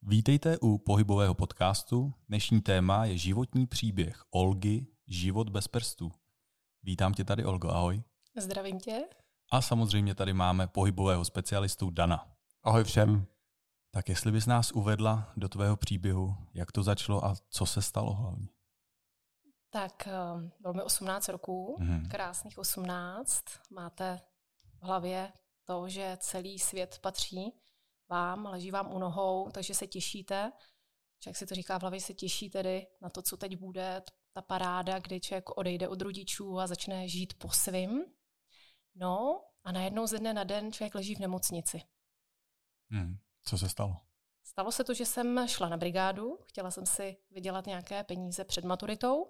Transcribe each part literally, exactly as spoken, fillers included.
Vítejte u pohybového podcastu. Dnešní téma je životní příběh Olgy, život bez prstů. Vítám tě tady, Olgo, ahoj. Zdravím tě. A samozřejmě tady máme pohybového specialistu Dana. Ahoj všem. Tak jestli bys nás uvedla do tvého příběhu, jak to začalo a co se stalo hlavně? Tak bylo mi osmnáct roků, mm-hmm. krásných osmnáct. Máte v hlavě to, že celý svět patří vám, leží vám u nohou, takže se těšíte. Člověk si to říká v hlavě, se těší tedy na to, co teď bude, ta paráda, kdy člověk odejde od rodičů a začne žít po svým. No a najednou ze dne na den člověk leží v nemocnici. Hmm. Co se stalo? Stalo se to, že jsem šla na brigádu, chtěla jsem si vydělat nějaké peníze před maturitou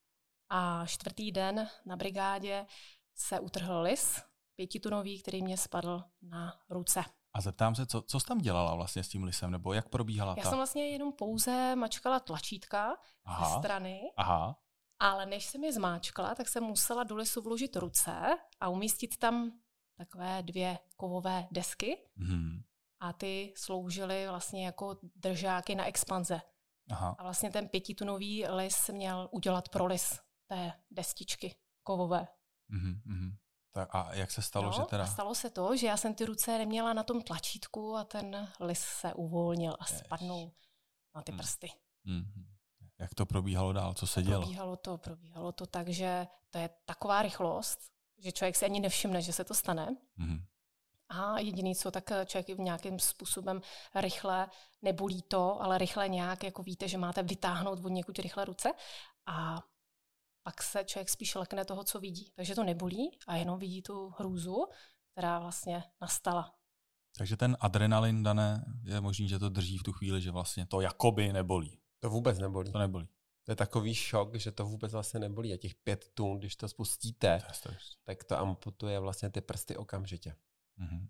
a čtvrtý den na brigádě se utrhl lis, pětitunový, který mě spadl na ruce. A zeptám se, co, co jsi tam dělala vlastně s tím lisem, nebo jak probíhala ta? Já jsem vlastně jenom pouze mačkala tlačítka aha, ze strany, aha. ale než jsem je zmáčkala, tak jsem musela do lisu vložit ruce a umístit tam takové dvě kovové desky hmm. a ty sloužily vlastně jako držáky na expanze. Aha. A vlastně ten pětitunový lis měl udělat prolis té destičky kovové. Mm-hmm. Tak a jak se stalo, no, že teda? A stalo se to, že já jsem ty ruce neměla na tom tlačítku a ten lis se uvolnil a spadnul na ty prsty. Mm-hmm. Jak to probíhalo dál? Co se dělo? Probíhalo to, probíhalo to tak, že to je taková rychlost, že člověk si ani nevšimne, že se to stane. Mm-hmm. A jediný co, tak člověk v nějakým způsobem rychle, nebolí to, ale rychle nějak, jako víte, že máte vytáhnout od někud rychle ruce a pak se člověk spíš lekne toho, co vidí. Takže to nebolí a jenom vidí tu hrůzu, která vlastně nastala. Takže ten adrenalin, Dané, je možný, že to drží v tu chvíli, že vlastně to jakoby nebolí. To vůbec nebolí. To nebolí. To je takový šok, že to vůbec vlastně nebolí. A těch pět tun, když to spustíte, to tak to amputuje vlastně ty prsty okamžitě. Mm-hmm.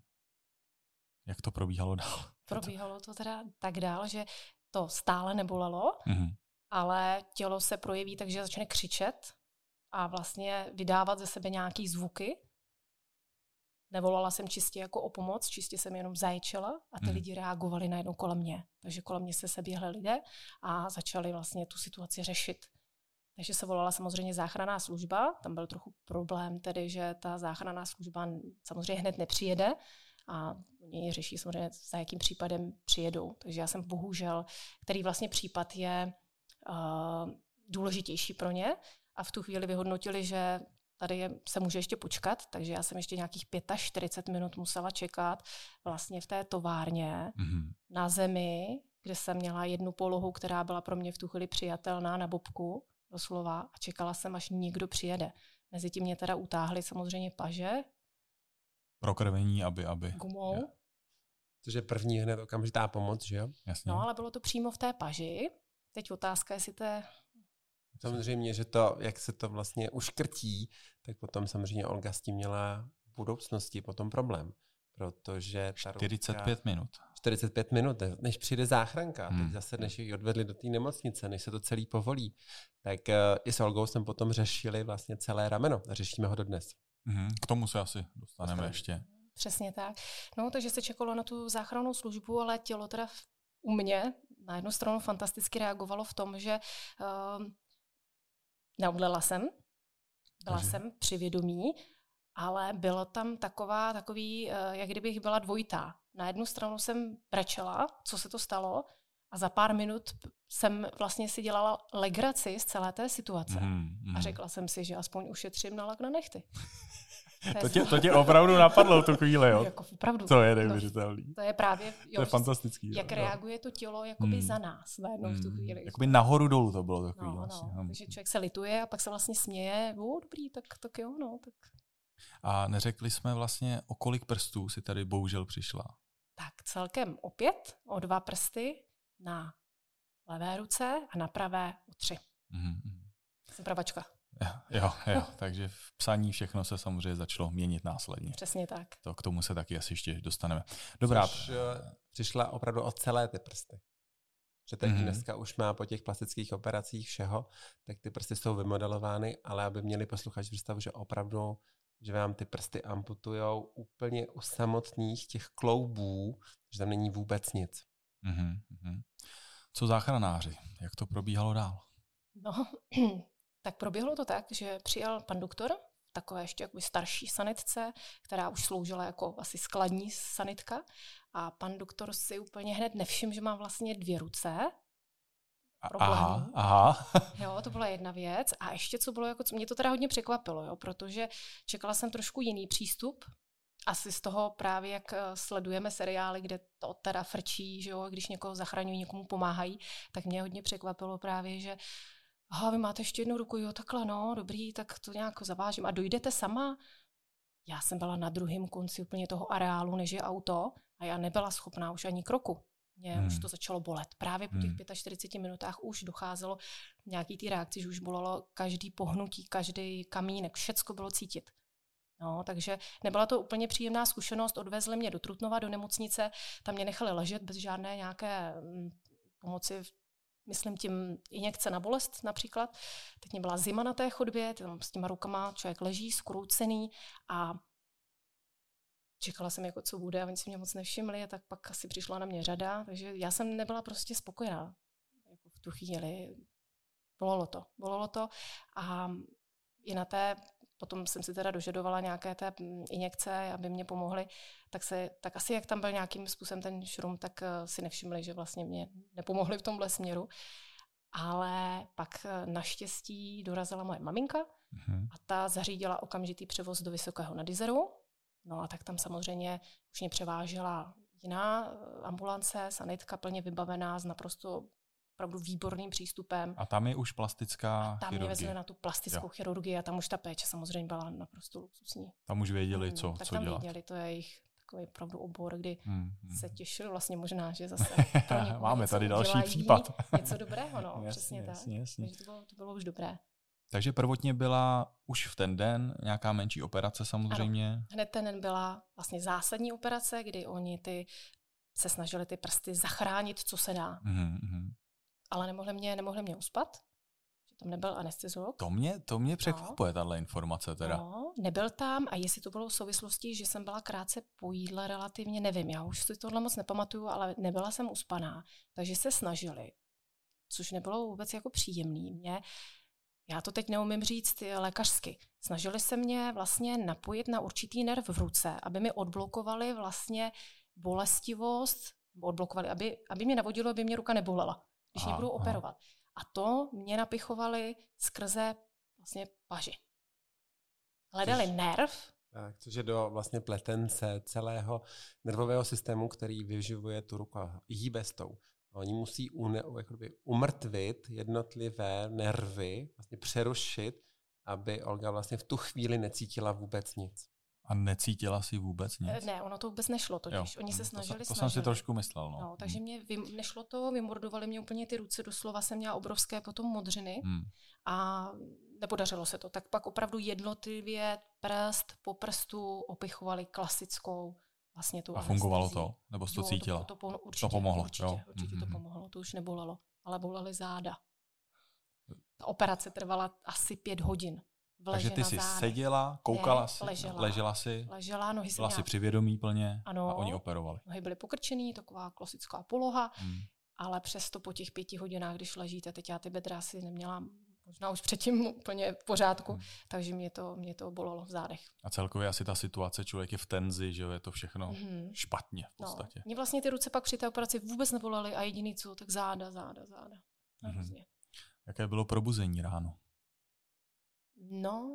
Jak to probíhalo dál? Probíhalo to teda tak dál, že to stále nebolelo, mm-hmm. ale tělo se projeví tak, že začne křičet a vlastně vydávat ze sebe nějaký zvuky. Nevolala jsem čistě jako o pomoc, čistě jsem jenom zaječela a ty mm. lidi reagovali najednou kolem mě. Takže kolem mě se seběhli lidé a začali vlastně tu situaci řešit. Takže se volala samozřejmě záchranná služba. Tam byl trochu problém tedy, že ta záchranná služba samozřejmě hned nepřijede a oni řeší samozřejmě, za jakým případem přijedou. Takže já jsem bohužel, který vlastně případ je uh, důležitější pro ně a v tu chvíli vyhodnotili, že tady je, se může ještě počkat, takže já jsem ještě nějakých čtyřicet pět minut musela čekat vlastně v té továrně mm-hmm. na zemi, kde jsem měla jednu polohu, která byla pro mě v tu chvíli přijatelná na bobku, doslova, a čekala jsem, až někdo přijede. Mezitím mě teda utáhli samozřejmě paže. Pro krvení, aby... aby... Gumou. Je. Což je první hned okamžitá pomoc, že jo? Jasně. No, ale bylo to přímo v té paži. Teď otázka, jestli to je... Samozřejmě, že to, jak se to vlastně uškrtí, tak potom samozřejmě Olga s tím měla v budoucnosti potom problém. Protože ta čtyřicet pět minut. čtyřicet pět minut, než přijde záchranka. Hmm. Teď zase, než ji odvedli do té nemocnice, než se to celý povolí. Tak uh, i s Olgou jsme potom řešili vlastně celé rameno. A řešíme ho dodnes. Hmm. K tomu se asi dostaneme Dostane. ještě. Přesně tak. No, takže se čekalo na tu záchrannou službu, ale tělo teda u mě na jednu stranu fantasticky reagovalo v tom, že uh, neodlela jsem, byla Takže. jsem při vědomí, ale bylo tam taková, takový, jak kdybych byla dvojitá. Na jednu stranu jsem brečela, co se to stalo, a za pár minut jsem vlastně si dělala legraci z celé té situace. Mm, mm. A řekla jsem si, že aspoň ušetřím na lak na nechty. To tě, to tě opravdu napadlo v tu chvíli, jo? Jako opravdu. To je neuvěřitelný. No, to je právě, jo, to je fantastický. Jak jo. reaguje to tělo jakoby hmm. za nás najednou v tu chvíli. Jakoby nahoru dolů to bylo takový. No, vlastně. no. Takže člověk se lituje a pak se vlastně směje. O, dobrý, tak, tak jo, no. Tak. A neřekli jsme vlastně, o kolik prstů si tady bohužel přišla? Tak celkem opět o dva prsty na levé ruce a na pravé o tři. Mm-hmm. Jsem pravačka. Jo, jo, takže v psaní všechno se samozřejmě začalo měnit následně. Přesně tak. To k tomu se taky asi ještě dostaneme. Dobrá. Což přišla opravdu o celé ty prsty. Že teď mm-hmm. dneska už má po těch plastických operacích všeho, tak ty prsty jsou vymodelovány, ale aby měli posluchači představu, že opravdu, že vám ty prsty amputujou úplně u samotných těch kloubů, že tam není vůbec nic. Mm-hmm. Co záchranáři? Jak to probíhalo dál? No, tak proběhlo to tak, že přijel pan doktor, takové ještě jakoby starší sanitce, která už sloužila jako asi skladní sanitka. A pan doktor si úplně hned nevšiml, že má vlastně dvě ruce. Aha, aha. Jo, to byla jedna věc. A ještě co bylo, jako, mě to teda hodně překvapilo, jo, protože čekala jsem trošku jiný přístup. Asi z toho právě, jak sledujeme seriály, kde to teda frčí, že jo, když někoho zachraňují, někomu pomáhají, tak mě hodně překvapilo právě, že aha, vy máte ještě jednu ruku, jo, takhle, no, dobrý, tak to nějak zavážím. A dojdete sama? Já jsem byla na druhém konci úplně toho areálu, než je auto, a já nebyla schopná už ani kroku. Mě hmm. už to začalo bolet. Právě po těch čtyřiceti pěti minutách už docházelo nějaký ty reakci, že už bolelo každý pohnutí, každý kamínek, všecko bylo cítit. No, takže nebyla to úplně příjemná zkušenost. Odvezli mě do Trutnova, do nemocnice, tam mě nechali ležet bez žádné nějaké pomoci, myslím tím injekce na bolest například. Teď mě byla zima na té chodbě, tam s těma rukama člověk leží, skroucený, a čekala jsem, jako co bude, a oni si mě moc nevšimli, a tak pak asi přišla na mě řada, takže já jsem nebyla prostě spokojená. Jako v tu chvíli bolelo to, bolelo to a i na té, potom jsem si teda dožadovala nějaké té injekce, aby mě pomohly, tak, se, tak asi jak tam byl nějakým způsobem ten šrum, tak si nevšimli, že vlastně mě nepomohli v tomhle směru. Ale pak naštěstí dorazila moje maminka mm-hmm. a ta zařídila okamžitý převoz do Vysokého nad Jizerou. No a tak tam samozřejmě už mě převážela jiná ambulance, sanitka plně vybavená s naprosto opravdu výborným přístupem. A tam je už plastická a tam chirurgie. Tam mě vezli na tu plastickou jo. chirurgii a tam už ta péče samozřejmě byla naprosto luxusní. Tam už věděli, hmm, co, tak co tam dělat. věděli, to je jejich takový opravdu obor, kdy hmm, hmm. se těšili vlastně možná, že zase pro máme tady další udělají případ. Něco dobrého, no, jasně, přesně jasně, tak. Jasně. Takže to bylo, to bylo už dobré. Takže prvotně byla už v ten den nějaká menší operace samozřejmě. Ano, hned ten den byla vlastně zásadní operace, kdy oni ty se snažili ty prsty zachránit, co se dá. Mm-hmm. Ale nemohli mě, nemohli mě uspat, že tam nebyl anesteziolog. To mě, to mě překvapuje, no. tahle informace teda. No, nebyl tam, a jestli to bylo v souvislosti, že jsem byla krátce po jídle relativně, nevím, já už si tohle moc nepamatuju, ale nebyla jsem uspaná, takže se snažili, což nebylo vůbec jako příjemný. Mě, já to teď neumím říct lékařsky, snažili se mě vlastně napojit na určitý nerv v ruce, aby mi odblokovali vlastně bolestivost, odblokovali, aby, aby mě navodilo, aby mě ruka nebolela, když mě budou operovat. A to mě napichovali skrze vlastně paži. Hledali což, nerv. Tak, což je do vlastně pletence celého nervového systému, který vyživuje tu ruku a hýbe s tou. A oni musí une, jakoby umrtvit jednotlivé nervy, vlastně přerušit, aby Olga vlastně v tu chvíli necítila vůbec nic. A necítila si vůbec nic? Ne, ono to vůbec nešlo totiž. Jo. Oni se snažili, To, to snažili. jsem si trošku myslel. No. No, takže mě vym, nešlo to, vymordovali mě úplně ty ruce, doslova jsem měla obrovské potom modřiny hmm. a nepodařilo se to. Tak pak opravdu jednotlivě prst po prstu opichovali klasickou vlastně tu a fungovalo to? Nebo jsi to cítila? To, to, to, určitě, to pomohlo? Určitě, jo? určitě mm-hmm. to pomohlo, to už nebolelo, ale bolely záda. Ta operace trvala asi pět hodin. Takže ty jsi seděla, koukala ne, si, ležela, ležela si, ležela, nohy byla si si při vědomí plně ano, a oni operovali. Nohy byly pokrčený, taková klasická poloha, hmm. ale přesto po těch pěti hodinách, když ležíte, teď já ty bedra si neměla možná už předtím úplně v pořádku, hmm. takže mě to, mě to bolelo v zádech. A celkově asi ta situace, člověk je v tenzi, že je to všechno hmm. špatně v podstatě. No, mě vlastně ty ruce pak při té operaci vůbec nebolely a jediný co, tak záda, záda, záda. Hmm. Jaké bylo probuzení ráno? No,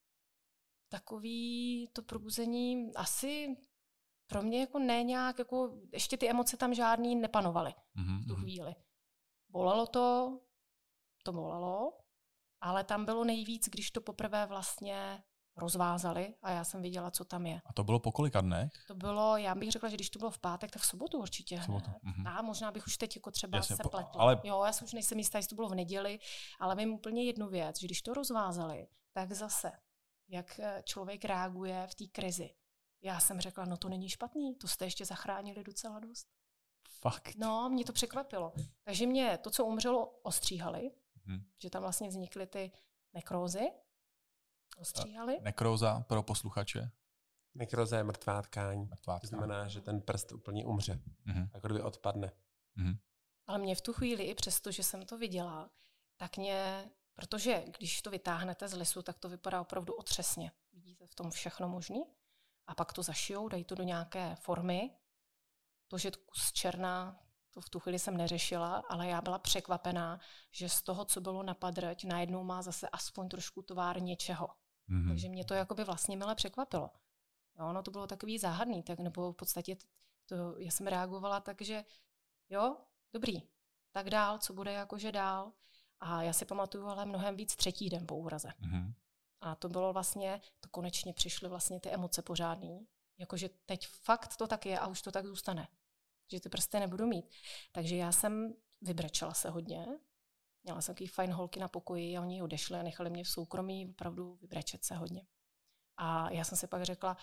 takový to probuzení asi pro mě jako ne nějak, jako ještě ty emoce tam žádný nepanovaly mm-hmm. v tu chvíli. Bolelo to, to bolelo, ale tam bylo nejvíc, když to poprvé vlastně rozvázali a já jsem viděla, co tam je. A to bylo po kolika dnech? To bylo, já bych řekla, že když to bylo v pátek, tak v sobotu určitě. V sobotu. Mm-hmm. A možná bych už teď jako třeba Jasně, se po, pletla. Ale... Jo, já si už nejsem jistá, jestli to bylo v neděli, ale vím úplně jednu věc, že když to rozvázali, tak zase, jak člověk reaguje v té krizi. Já jsem řekla, no to není špatný, to jste ještě zachránili docela dost. Fakt. No, mě to překvapilo. Takže mě to, co umřelo, ostříhali, hmm. že tam vlastně vznikly ty nekrózy. Ostříhali. Nekróza pro posluchače? Nekróza je mrtvá tkáň. Mrtvá tkáň. To znamená, že ten prst úplně umře. Hmm. Jako kdyby odpadne. Mm. Ale mě v tu chvíli, i přesto, že jsem to viděla, tak mě, protože když to vytáhnete z lisu, tak to vypadá opravdu otřesně. Vidíte v tom všechno možný. A pak to zašijou, dají to do nějaké formy. To, že kus černá, to v tu chvíli jsem neřešila, ale já byla překvapená, že z toho, co bylo na padrť, najednou má zase aspoň trošku tvár něčeho. Mm-hmm. Takže mě to jakoby vlastně mile překvapilo. Jo, no to bylo takový záhadný, tak nebo v podstatě to, já jsem reagovala tak, že jo, dobrý, tak dál, co bude jakože dál. A já si pamatuju ale mnohem víc třetí den po úraze. Mm-hmm. A to bylo vlastně, to konečně přišly vlastně ty emoce pořádný. Jakože teď fakt to tak je a už to tak zůstane. Že ty prsty nebudu mít. Takže já jsem vybrečela se hodně. Měla jsem takový fajn holky na pokoji a oni odešli a nechali mě v soukromí opravdu vybrečet se hodně. A já jsem si pak řekla,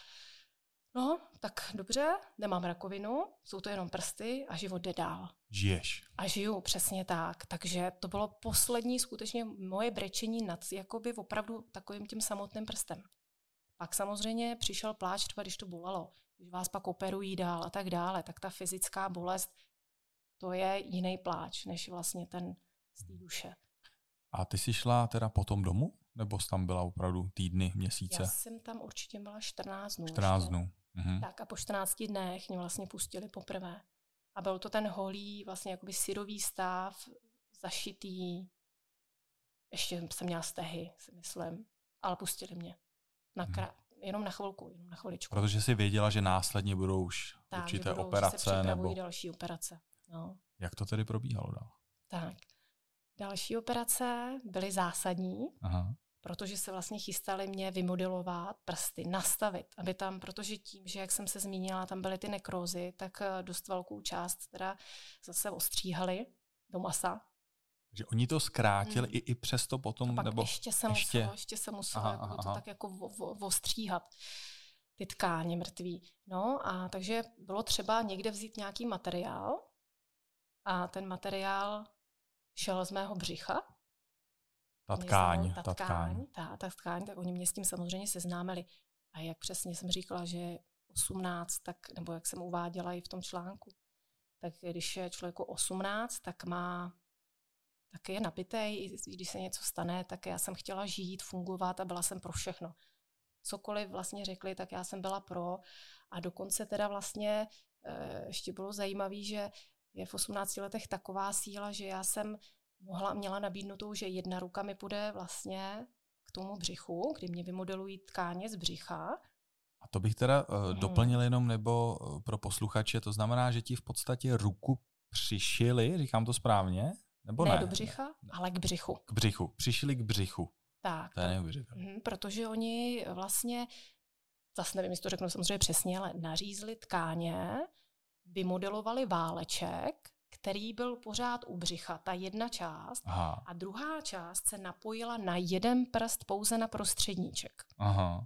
no, tak dobře, nemám rakovinu, jsou to jenom prsty a život jde dál. Žiješ. A žiju, přesně tak. Takže to bylo poslední skutečně moje brečení nad jakoby opravdu takovým tím samotným prstem. Pak samozřejmě přišel pláč, třeba když to bolelo, když vás pak operují dál a tak dále, tak ta fyzická bolest, to je jiný pláč, než vlastně ten z té duše. A ty jsi šla teda potom domů? Nebo jsi tam byla opravdu týdny, měsíce? Já jsem tam určitě byla čtrnáct dnů. čtrnáct dnů. Mhm. Tak a po čtrnácti dnech mě vlastně pustili poprvé. A byl to ten holý, vlastně jakoby syrový stav, zašitý. Ještě jsem měla stehy, si myslím. Ale pustili mě. Na krá... mhm. Jenom na chvilku, jenom na chviličku. Protože jsi věděla, že následně budou už tak, určité budou, operace. nebo další operace. No. Jak to tedy probíhalo dál? Tak. Další operace byly zásadní. Aha. Protože se vlastně chystali mě vymodelovat prsty, nastavit, aby tam, protože tím, že jak jsem se zmínila, tam byly ty nekrózy, tak dost velkou část teda zase ostříhali do masa. Takže oni to zkrátili hmm. i, i přesto potom? A pak nebo ještě se ještě... muselo, ještě se muselo aha, jako aha, to aha. tak jako ostříhat, ty tkáně mrtví. No a takže bylo třeba někde vzít nějaký materiál a ten materiál šel z mého břicha. Ta tkáň, ta, ta tkáň. Ta, ta tkáň, tak oni mě s tím samozřejmě seznámili. A jak přesně jsem říkala, že osmnáct, tak, nebo jak jsem uváděla i v tom článku, tak když je člověku osmnáct, tak má, tak je nabitej, když se něco stane, tak já jsem chtěla žít, fungovat a byla jsem pro všechno. Cokoliv vlastně řekli, tak já jsem byla pro. A dokonce teda vlastně e, ještě bylo zajímavé, že je v osmnácti letech taková síla, že já jsem mohla, měla nabídnutou, že jedna ruka mi půjde vlastně k tomu břichu, kdy mě vymodelují tkáně z břicha. A to bych teda uh, hmm. doplnil jenom, nebo uh, pro posluchače, to znamená, že ti v podstatě ruku přišili, říkám to správně? Nebo ne, ne do břicha, ne. ale k břichu. K břichu, přišili k břichu. Tak. To je neuvěřitelné. Mm, protože oni vlastně, zase nevím, jestli to řeknu samozřejmě přesně, ale nařízli tkáně, vymodelovali váleček, který byl pořád u břicha, ta jedna část, aha. a druhá část se napojila na jeden prst pouze na prostředníček. Aha.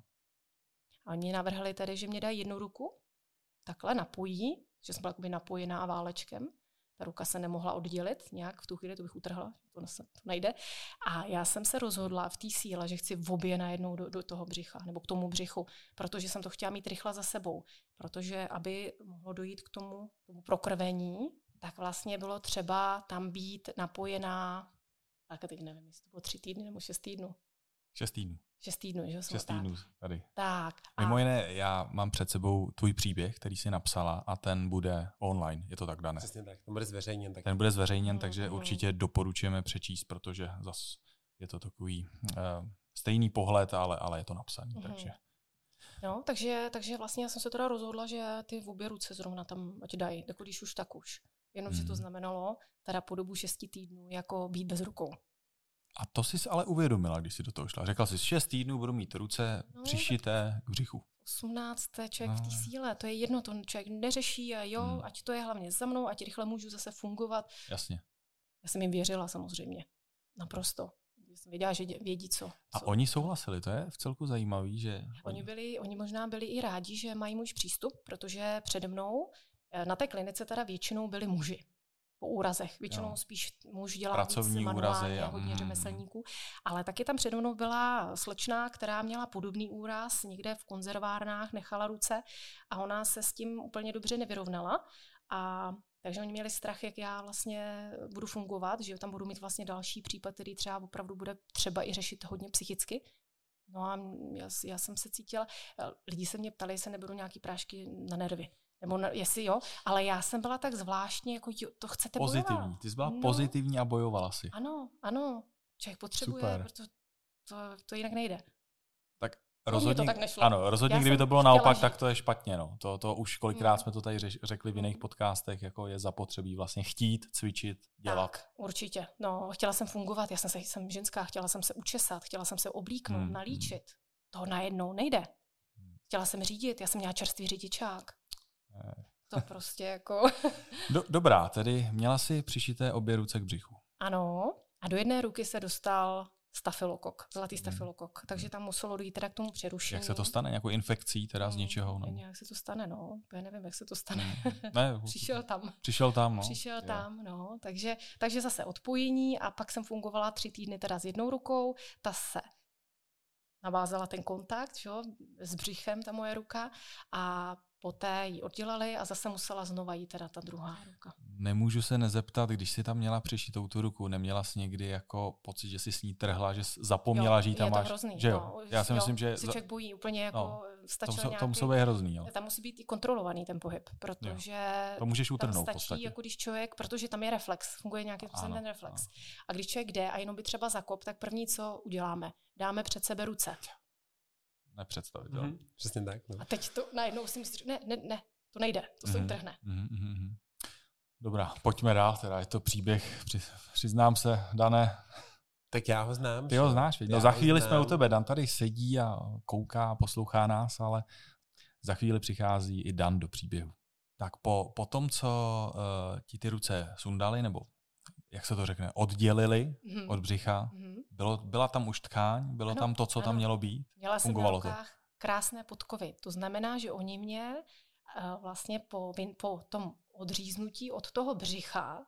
A oni navrhli tedy, že mě dají jednu ruku, takhle napojí, že jsem byla jakoby napojená válečkem, ta ruka se nemohla oddělit nějak, v tu chvíli to bych utrhla, to, se, to nejde. A já jsem se rozhodla v té síle, že chci v obě najednou do, do toho břicha, nebo k tomu břichu, protože jsem to chtěla mít rychle za sebou, protože aby mohlo dojít k tomu, tomu prokrvení, tak vlastně bylo třeba tam být napojená, tak teď nevím, jestli to bylo tři týdny nebo šest týdnů. Šest týdnů. Šest týdnů, že? Šest týdnů tady. Tak. Mimo jiné, já mám před sebou tvůj příběh, který jsi napsala a ten bude online, je to tak dané? Přesně tak, ten bude zveřejněn. Tak... Ten bude zveřejněn, mm, takže mm. určitě doporučujeme přečíst, protože zas je to takový uh, stejný pohled, ale, ale je to napsaný, mm. takže... No, takže, takže vlastně já jsem se teda rozhodla, že ty v obě ruce zrovna tam ať dají, jako když už tak už. Jenomže hmm. to znamenalo teda po dobu šesti týdnů jako být bez rukou. A to jsi ale uvědomila, když jsi do toho šla. Řekla jsi, šest týdnů budu mít ruce no, přišité k břichu. osmnáct člověk no. v té síle, to je jedno, to člověk neřeší a jo, hmm. ať to je hlavně za mnou, ať rychle můžu zase fungovat. Jasně. Já jsem jim věřila samozřejmě, naprosto. Já jsem věděla, že vědí co. co. A oni souhlasili, to je v celku zajímavý, že... Oni, byli, oni možná byli i rádi, že mají můj přístup, protože přede mnou na té klinice teda většinou byli muži. Po úrazech. Většinou jo. spíš muž dělá pracovní víc manuálně, a... hodně řemeslníků. Ale taky tam přede mnou byla slečna, která měla podobný úraz, někde v konzervárnách nechala ruce a ona se s tím úplně dobře nevyrovnala. A Takže oni měli strach, jak já vlastně budu fungovat, že tam budu mít vlastně další případ, který třeba opravdu bude třeba i řešit hodně psychicky. No a já, já jsem se cítila, lidi se mě ptali, jestli nebudu nějaký prášky na nervy. Nebo na, jestli jo, ale já jsem byla tak zvláštně, jako jo, to chcete pozitivní. bojovat. Ty jsi byla no, pozitivní a bojovala si. Ano, ano. Člověk potřebuje, Super. protože to, to jinak nejde. Tak No, rozhodně, to tak nešlo. ano, rozhodně, Já kdyby jsem to bylo chtěla naopak, žít. tak to je špatně. No. To, to už kolikrát Hmm. jsme to tady řeš, řekli v jiných podcastech, jako je zapotřebí vlastně chtít, cvičit, dělat. Tak, určitě. No, chtěla jsem fungovat, já jsem, se, jsem ženská, chtěla jsem se učesat, chtěla jsem se oblíknout, Hmm. nalíčit. To najednou nejde. Chtěla jsem řídit, já jsem měla čerstvý řidičák. To prostě jako... Do, dobrá, tedy měla si přišité obě ruce k břichu. Ano, a do jedné ruky se dostal stafilokok, zlatý Hmm. stafilokok. Takže tam muselo dojít teda k tomu přerušení. Jak se to stane? Nějakou infekcí teda z Hmm, něčeho? No. Jak se to stane, no. Já nevím, jak se to stane. Hmm. Ne, Přišel tam. Přišel tam, no. Přišel Jo. tam, no. Takže, takže zase odpojení a pak jsem fungovala tři týdny teda s jednou rukou. Ta se navázala ten kontakt, jo, s břichem, ta moje ruka. A poté ji oddělali a zase musela znova jít teda ta druhá ruka. Nemůžu se nezeptat, když jsi tam měla přišitou tu ruku, neměla jsi někdy jako pocit, že jsi s ní trhla, že jsi zapomněla, jo, že ji tam je máš? To hrozný, že jo? No, Já si jo, myslím, že se člověk bojí úplně jako no, stačil to, nějaký... to musí být hrozný. Jo. Tam musí být i kontrolovaný ten pohyb, protože to můžeš tam utrhnout v stačí, podstatě. jako když člověk, protože tam je reflex, funguje nějaký Ano, ten reflex. ano. A když člověk jde a jenom by třeba zakop, tak první, co uděláme, dáme před sebe ruce. Nepředstavitelné. Mm-hmm. Přesně tak. No. A teď to najednou si myslíš, ne, ne, ne, to nejde, to se Mhm, utrhne. mhm, mhm. Dobrá, pojďme dál, teda je to příběh, při, přiznám se, Dané, Tak já ho znám. ty ho znáš, viď? No Já za ho chvíli znám. jsme u tebe, Dan tady sedí a kouká, poslouchá nás, ale za chvíli přichází i Dan do příběhu. Tak po, po tom, co uh, ti ty ruce sundali, nebo jak se to řekne, oddělili Mhm. od břicha, Mhm. bylo, byla tam už tkáň, bylo Ano, tam to, co ano. tam mělo být? Měla jsem na Fungovalo to? rukách krásné podkovy. To znamená, že oni mě uh, vlastně po, vin- po tom odříznutí od toho břicha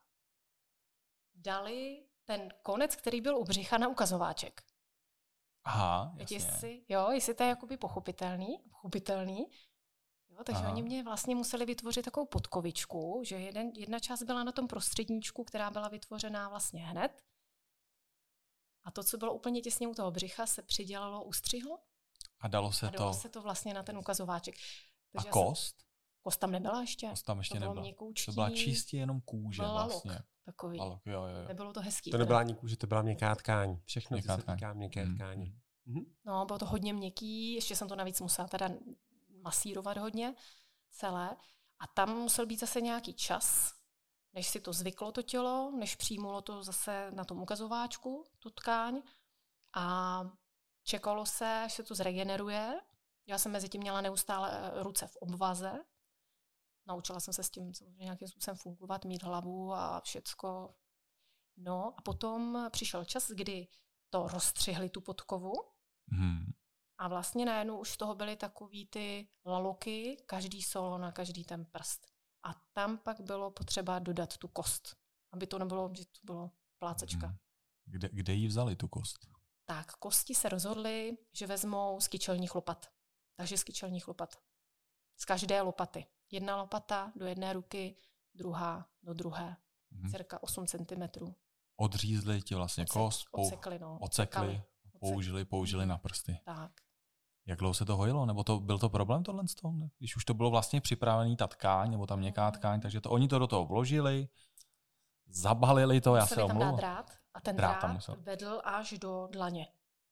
dali ten konec, který byl u břicha, na ukazováček. Aha, Teď jasně. jestli, jo, jestli to je jakoby pochopitelný, pochopitelný. Jo, takže Aha. oni mě vlastně museli vytvořit takovou podkovičku, že jeden, jedna část byla na tom prostředníčku, která byla vytvořená vlastně hned. A to, co bylo úplně těsně u toho břicha, se přidělalo, ustřihlo A dalo se a dalo to... se to vlastně na ten ukazováček. A Takže já kost? Jsem, kost tam nebyla ještě. Kost tam ještě to bylo nebyla. měkoučký, To byla čistě jenom kůže byl lalok vlastně. takový. Lalok, jo, jo, jo. Nebylo to hezký. To nebyla ani kůže, to byla měkká tkáň. Všechno, Měkká co se tkáň. týká měkké Mm, tkáně. mm. Mhm. No, bylo to hodně měkký, ještě jsem to navíc musela teda masírovat hodně celé. A tam musel být zase nějaký čas, než si to zvyklo to tělo, než přijmulo to zase na tom ukazováčku, tu tkáň. A čekalo se, až se to zregeneruje. Já jsem mezi tím měla neustále ruce v obvaze. Naučila jsem se s tím samozřejmě nějakým způsobem fungovat, mít hlavu a všecko. No a potom přišel čas, kdy to rozstřihli tu podkovu. Hmm. A vlastně najednou už z toho byly takový ty laloky, každý solo na každý ten prst. A tam pak bylo potřeba dodat tu kost, aby to nebylo, že to bylo plácečka. Hmm. Kde, kde jí vzali tu kost? Tak, kosti se rozhodly, že vezmou z kyčelních lopat. Takže z kyčelních lopat. Z každé lopaty. Jedna lopata do jedné ruky, druhá do druhé. Hmm. Cirka osm centimetrů. Odřízli ti vlastně Ocek, kost, pou, ocekli, no. ocekli, Ocekali. použili, použili na prsty. Tak. Jak dlouho se to hojilo? Nebo to byl to problém tohle? Když už to bylo vlastně připravený ta tkáň, nebo tam měkká tkáň, takže to, oni to do toho vložili, zabalili to, já Museli se tam dát omlouvám. drát a ten Drát drát, tam musel. vedl až do dlaně,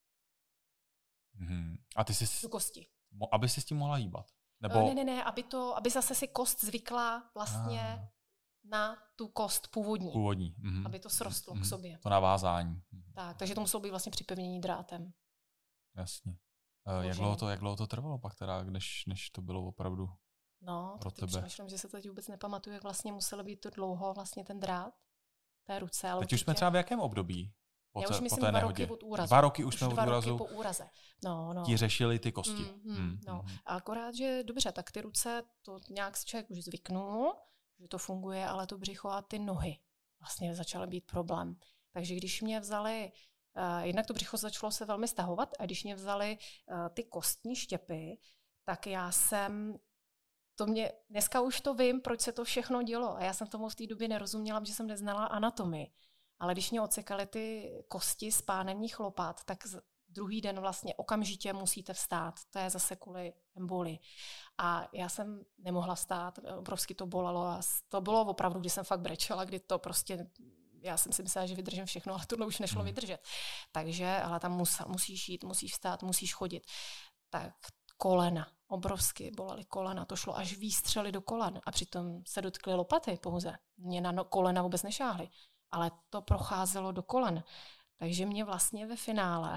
Hmm. A ty jsi, do kosti. mo- aby si s tím mohla hýbat? Nebo... Nebo... Ne, ne, ne, aby, to, aby zase si kost zvykla vlastně Ah. na tu kost původní. Původní. Mhm. Aby to srostlo Mhm. k sobě. To navázání. Mhm. Tak, takže to muselo být vlastně připevnění drátem. Jasně. Eh, Jak Vložení. dlouho, to, jak dlouho to trvalo pak teda, než, než to bylo opravdu No, pro teď tebe? přemýšlím, že se to teď vůbec nepamatuju, jak vlastně muselo být to dlouho vlastně ten drát té ruce. Ale Teď určitě... už jsme třeba v jakém období? Po, Já te, už po myslím té dva nehodě? roky od úrazu. Dva roky už Už jsme od dva úrazu. roky po úraze. No, no. Ti řešili ty kosti. Mm, mm, Mm, no. mm. A akorát, že dobře, tak ty ruce, to nějak si člověk už zvyknul, že to funguje, ale to břicho a ty nohy vlastně začaly být problém. Takže když mě vzali, uh, jednak to břicho začalo se velmi stahovat a když mě vzali uh, ty kostní štěpy, tak já jsem to mě, dneska už to vím, proč se to všechno dělo. A já jsem tomu v té době nerozuměla, protože jsem neznala anatomii. Ale když mě odsekaly ty kosti z pánevních lopat, tak druhý den vlastně okamžitě musíte vstát. To je zase kvůli emboli. A já jsem nemohla vstát, obrovsky to bolelo. A to bylo opravdu, kdy jsem fakt brečela, kdy to prostě, já jsem si myslela, že vydržím všechno, ale tohle už nešlo hmm. vydržet. Takže, ale tam mus, musíš jít, musíš vstát, musíš chodit. Tak kolena, obrovsky bolely kolena, to šlo až výstřely do kolen a přitom se dotkly lopaty pouze. Mě na no, kolena vůbec nešáhly, ale to procházelo do kolen. Takže mě vlastně ve finále,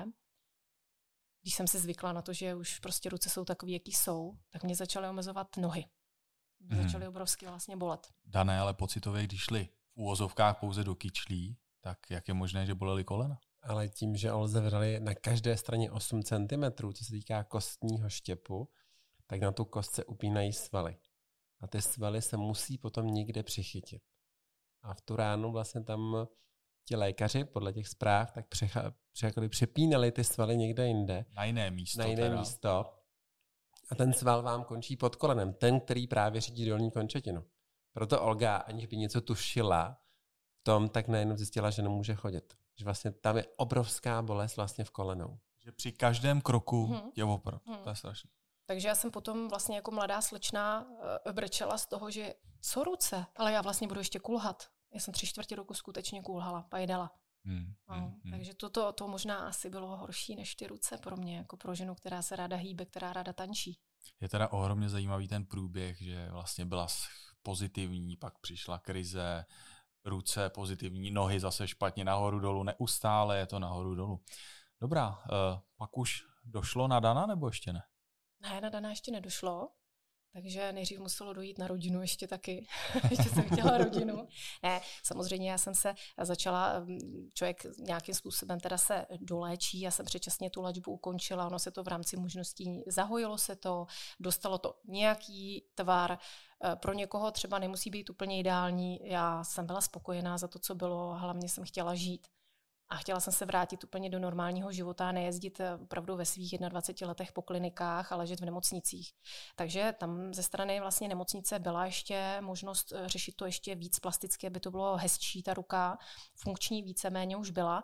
když jsem si zvykla na to, že už prostě ruce jsou takový, jaký jsou, tak mě začaly omezovat nohy. Mě hmm. začaly obrovsky vlastně bolet. Dané, ale pocitově, když šli v úvozovkách pouze do kyčlí, tak jak je možné, že bolely kolena? Ale tím, že Olze vrali na každé straně osm centimetrů, co se týká kostního štěpu, tak na tu kost se upínají svaly. A ty svaly se musí potom někde přichytit. A v tu ránu vlastně tam ti lékaři, podle těch zpráv, tak přecha, přecha, přepínali ty svaly někde jinde. Na jiné místo. Na jiné teda. místo. A ten sval vám končí pod kolenem. Ten, který právě řídí dolní končetinu. Proto Olga, aniž by něco tušila v tom, tak najednou zjistila, že nemůže chodit. Že vlastně tam je obrovská bolest vlastně v kolenou. Že při každém kroku hmm. je opravdu. Hmm. To je strašné. Takže já jsem potom vlastně jako mladá slečná uh, brečela z toho, že co ruce, ale já vlastně budu ještě kulhat. Já jsem tři čtvrtě roku skutečně kulhala, pajdala. Hmm. No, hmm. Takže toto to, to možná asi bylo horší než ty ruce pro mě, jako pro ženu, která se ráda hýbe, která ráda tančí. Je teda ohromně zajímavý ten průběh, že vlastně byla pozitivní, pak přišla krize, ruce pozitivní, nohy zase špatně nahoru dolů, neustále je to nahoru dolů. Dobrá, uh, pak už došlo na Dana, nebo ještě ne? Ne, na Dana ještě nedošlo, takže nejdřív muselo dojít na rodinu ještě taky. Ještě jsem chtěla rodinu. Ne, samozřejmě já jsem se začala, člověk nějakým způsobem teda se doléčí, já jsem předčasně tu léčbu ukončila, ono se to v rámci možností zahojilo se to, dostalo to nějaký tvar, pro někoho třeba nemusí být úplně ideální, já jsem byla spokojená za to, co bylo, hlavně jsem chtěla žít. A chtěla jsem se vrátit úplně do normálního života, nejezdit opravdu ve svých dvaceti jedné letech po klinikách a ležet v nemocnicích. Takže tam ze strany vlastně nemocnice byla ještě možnost řešit to ještě víc plasticky, aby to bylo hezčí, ta ruka, funkční víceméně už byla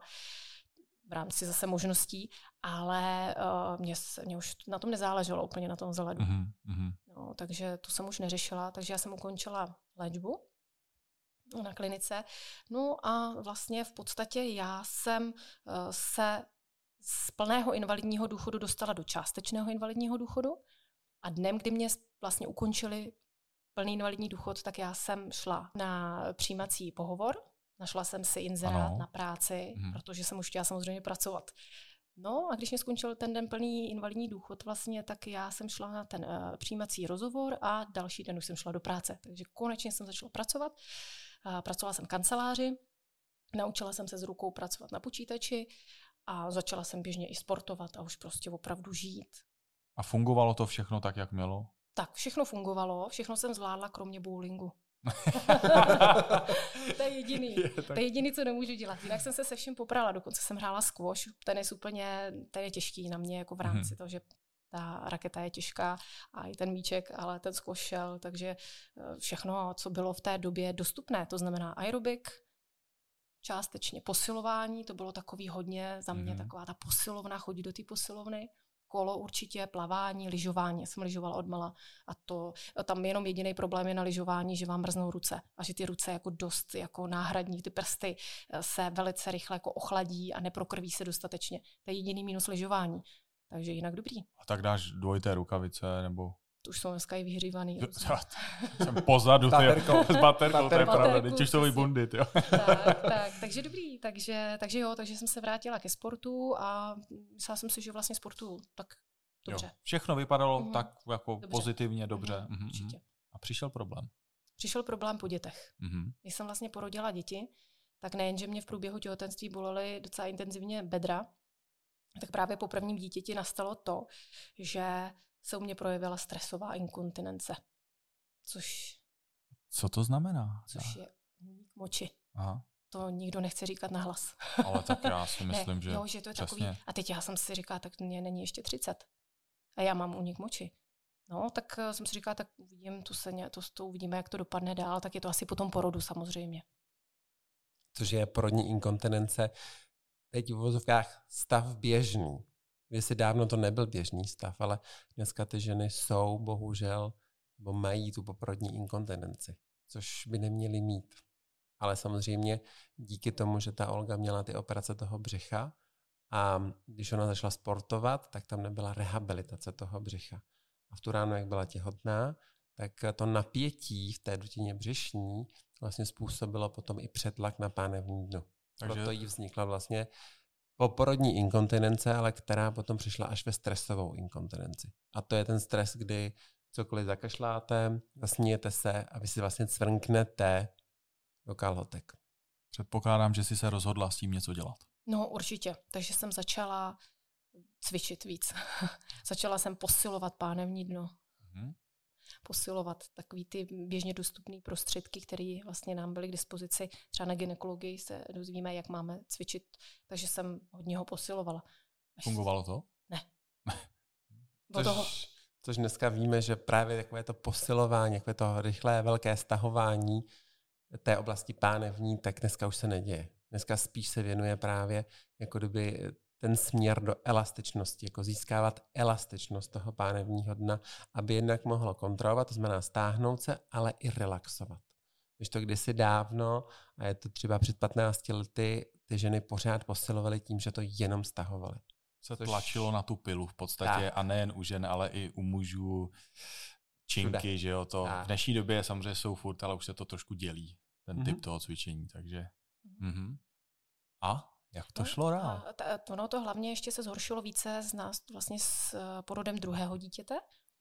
v rámci zase možností, ale uh, mě, mě už na tom nezáleželo úplně na tom vzhledu. Mm-hmm. No, takže to jsem už neřešila, takže já jsem ukončila léčbu na klinice. No a vlastně v podstatě já jsem uh, se z plného invalidního důchodu dostala do částečného invalidního důchodu a dnem, kdy mě vlastně ukončili plný invalidní důchod, tak já jsem šla na přijímací pohovor, našla jsem si inzerát ano. na práci, hmm. protože jsem už chtěla samozřejmě pracovat. No a když mě skončil ten den plný invalidní důchod vlastně, tak já jsem šla na ten uh, přijímací rozhovor a další den už jsem šla do práce. Takže konečně jsem začala pracovat. Uh, pracovala jsem v kanceláři, naučila jsem se s rukou pracovat na počítači a začala jsem běžně i sportovat a už prostě opravdu žít. A fungovalo to všechno tak, jak mělo? Tak, všechno fungovalo, všechno jsem zvládla, kromě bowlingu. To je jediný. Je, tak... To je jediný, co nemůžu dělat. Jinak jsem se se vším poprala, dokonce jsem hrála squash, ten je úplně, ten je těžký na mě, jako v rámci hmm. toho, že ta raketa je těžká a i ten míček, ale ten squash šel, takže všechno, co bylo v té době dostupné, to znamená aerobik, částečně posilování, to bylo takový hodně za mě, hmm. taková ta posilovna, chodit do té posilovny, kolo určitě, plavání, lyžování. Já jsem lyžovala odmala a to, tam jenom jediný problém je na lyžování, že vám mrznou ruce a že ty ruce jako dost jako náhradní, ty prsty se velice rychle jako ochladí a neprokrví se dostatečně. To je jediný mínus lyžování. Takže jinak dobrý. A tak dáš dvojité rukavice nebo... To už jsou dneska i vyhřívaný. Jsem pozadu, s baterkou, to je pravda, teď už jsou i bundy. Tyjo. Tak, tak, takže dobrý, takže, takže jo, takže jsem se vrátila ke sportu a myslela jsem si, že vlastně sportu tak dobře. Jo, všechno vypadalo mm-hmm. tak jako dobře. pozitivně, dobře. Mm-hmm, určitě. A přišel problém? Přišel problém po dětech. Mm-hmm. Když jsem vlastně porodila děti, tak nejen, že mě v průběhu těhotenství bolely docela intenzivně bedra, tak právě po prvním dítěti nastalo to, že se u mě projevila stresová inkontinence. Což... Co to znamená? Což je únik moči. Aha. To nikdo nechce říkat nahlas. Ale tak já si myslím, ne, že... Jo, že to je přesně. Takový... A teď já jsem si říkala, tak mě není ještě třicet. A já mám únik moči. No, tak jsem si říkala, tak uvidím, to, se, to, to uvidíme, jak to dopadne dál, tak je to asi po tom porodu samozřejmě. Což je porodní inkontinence, teď v uvozovkách stav běžný. Kdysi dávno to nebyl běžný stav, ale dneska ty ženy jsou bohužel, nebo mají tu poporodní inkontinenci, což by neměly mít. Ale samozřejmě díky tomu, že ta Olga měla ty operace toho břicha a když ona začala sportovat, tak tam nebyla rehabilitace toho břicha. A v tu ránu, jak byla těhotná, tak to napětí v té dutině břišní vlastně způsobilo potom i přetlak na pánevní dno. Takže proto jí vznikla vlastně poporodní inkontinence, ale která potom přišla až ve stresovou inkontinenci. A to je ten stres, kdy cokoliv zakašláte, zasmějete se a vy si vlastně cvrnknete do kalhotek. Předpokládám, že jsi se rozhodla s tím něco dělat. No určitě, takže jsem začala cvičit víc. Začala jsem posilovat pánevní dno. Mm-hmm. Posilovat takový ty běžně dostupné prostředky, které vlastně nám byly k dispozici. Třeba na gynekologii se dozvíme, jak máme cvičit, takže jsem hodně ho posilovala. Fungovalo to? Ne. Což, toho... což dneska víme, že právě takové to posilování, takové to rychlé, velké stahování té oblasti pánevní, tak dneska už se neděje. Dneska spíš se věnuje právě jako kdyby ten směr do elastičnosti, jako získávat elastičnost toho pánevního dna, aby jednak mohlo kontrolovat, to znamená stáhnout se, ale i relaxovat. Když to kdysi dávno, a je to třeba před patnácti lety, ty ženy pořád posilovaly tím, že to jenom stahovaly. Se Což... tlačilo na tu pilu v podstatě tak. A nejen u žen, ale i u mužů, činky, Všude. Že jo, to tak. V dnešní době samozřejmě jsou furt, ale už se to trošku dělí, ten mm-hmm. typ toho cvičení, takže... Mm-hmm. A? Jak to šlo dál? To, no, to hlavně ještě se zhoršilo více z nás vlastně s porodem druhého dítěte.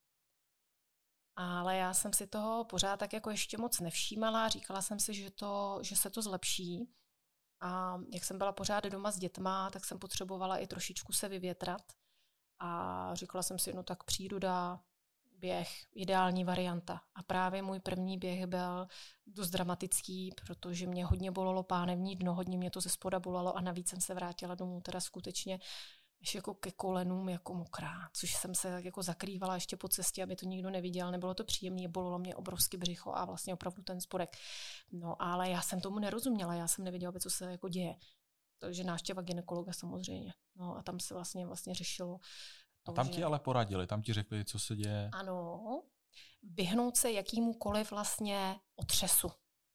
Ale já jsem si toho pořád tak jako ještě moc nevšímala. Říkala jsem si, že, to, že se to zlepší. A jak jsem byla pořád doma s dětma, tak jsem potřebovala i trošičku se vyvětrat. A říkala jsem si, no tak příroda, běh, ideální varianta. A právě můj první běh byl dost dramatický, protože mě hodně bolelo pánevní dno, hodně mě to ze spoda bolelo a navíc jsem se vrátila domů teda skutečně ještě jako ke kolenům jako mokrá, což jsem se tak jako zakrývala ještě po cestě, aby to nikdo neviděl. Nebylo to příjemné, bolelo mě obrovsky břicho a vlastně opravdu ten spodek. No ale já jsem tomu nerozuměla, já jsem nevěděla, co se jako děje. Takže návštěva gynekologa samozřejmě. No a tam se vlastně vlastně řešilo. To, a tam že... ti ale poradili, tam ti řekli, co se děje. Ano, vyhnout se jakýmukoliv vlastně otřesu.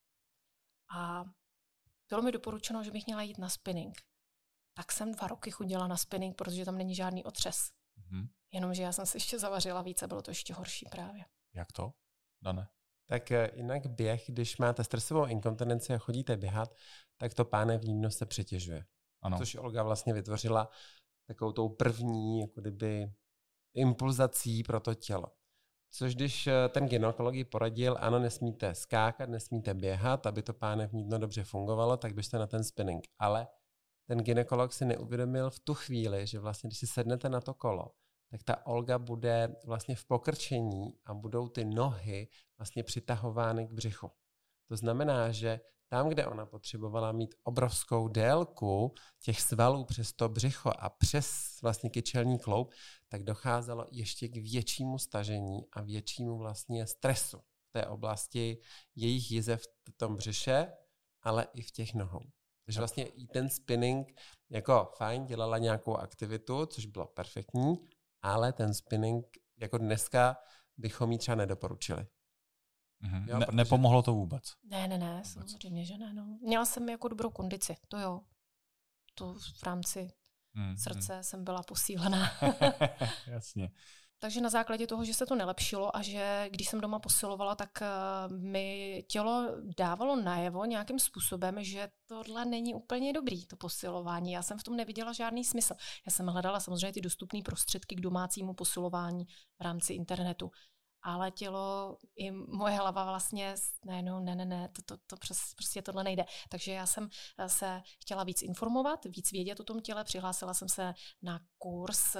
A bylo mi doporučeno, že bych měla jít na spinning. Tak jsem dva roky chodila na spinning, protože tam není žádný otřes. Mm-hmm. Jenomže já jsem se ještě zavařila víc a bylo to ještě horší právě. Jak to, Dane? Tak jinak běh, když máte stresovou inkontinenci a chodíte běhat, tak to pánevní dno se přetěžuje. Ano. Což Olga vlastně vytvořila takovou tou první jako kdyby impulzací pro to tělo. Což když ten gynekolog jí poradil, ano, nesmíte skákat, nesmíte běhat, aby to pánevní dno dobře fungovalo, tak běžte na ten spinning. Ale ten gynekolog si neuvědomil v tu chvíli, že vlastně, když si sednete na to kolo, tak ta Olga bude vlastně v pokrčení a budou ty nohy vlastně přitahovány k břichu. To znamená, že tam, kde ona potřebovala mít obrovskou délku těch svalů přes to břicho a přes vlastně kyčelní kloub, tak docházelo ještě k většímu stažení a většímu vlastně stresu v té oblasti jejich jizev v tom břiše, ale i v těch nohou. Takže vlastně i ten spinning jako fajn, dělala nějakou aktivitu, což bylo perfektní, ale ten spinning jako dneska bychom jí třeba nedoporučili. Mm-hmm. Jo, ne, protože... Nepomohlo to vůbec? Ne, ne, ne, samozřejmě, že ne. No. Měla jsem jako dobrou kondici, to jo. To v rámci mm, srdce mm. jsem byla posílená. Jasně. Takže na základě toho, že se to nelepšilo a že když jsem doma posilovala, tak mi tělo dávalo najevo nějakým způsobem, že tohle není úplně dobrý, to posilování. Já jsem v tom neviděla žádný smysl. Já jsem hledala samozřejmě ty dostupné prostředky k domácímu posilování v rámci internetu. Ale tělo i moje hlava vlastně, ne, no, ne, ne, ne, to, to, to prostě tohle nejde. Takže já jsem se chtěla víc informovat, víc vědět o tom těle. Přihlásila jsem se na kurz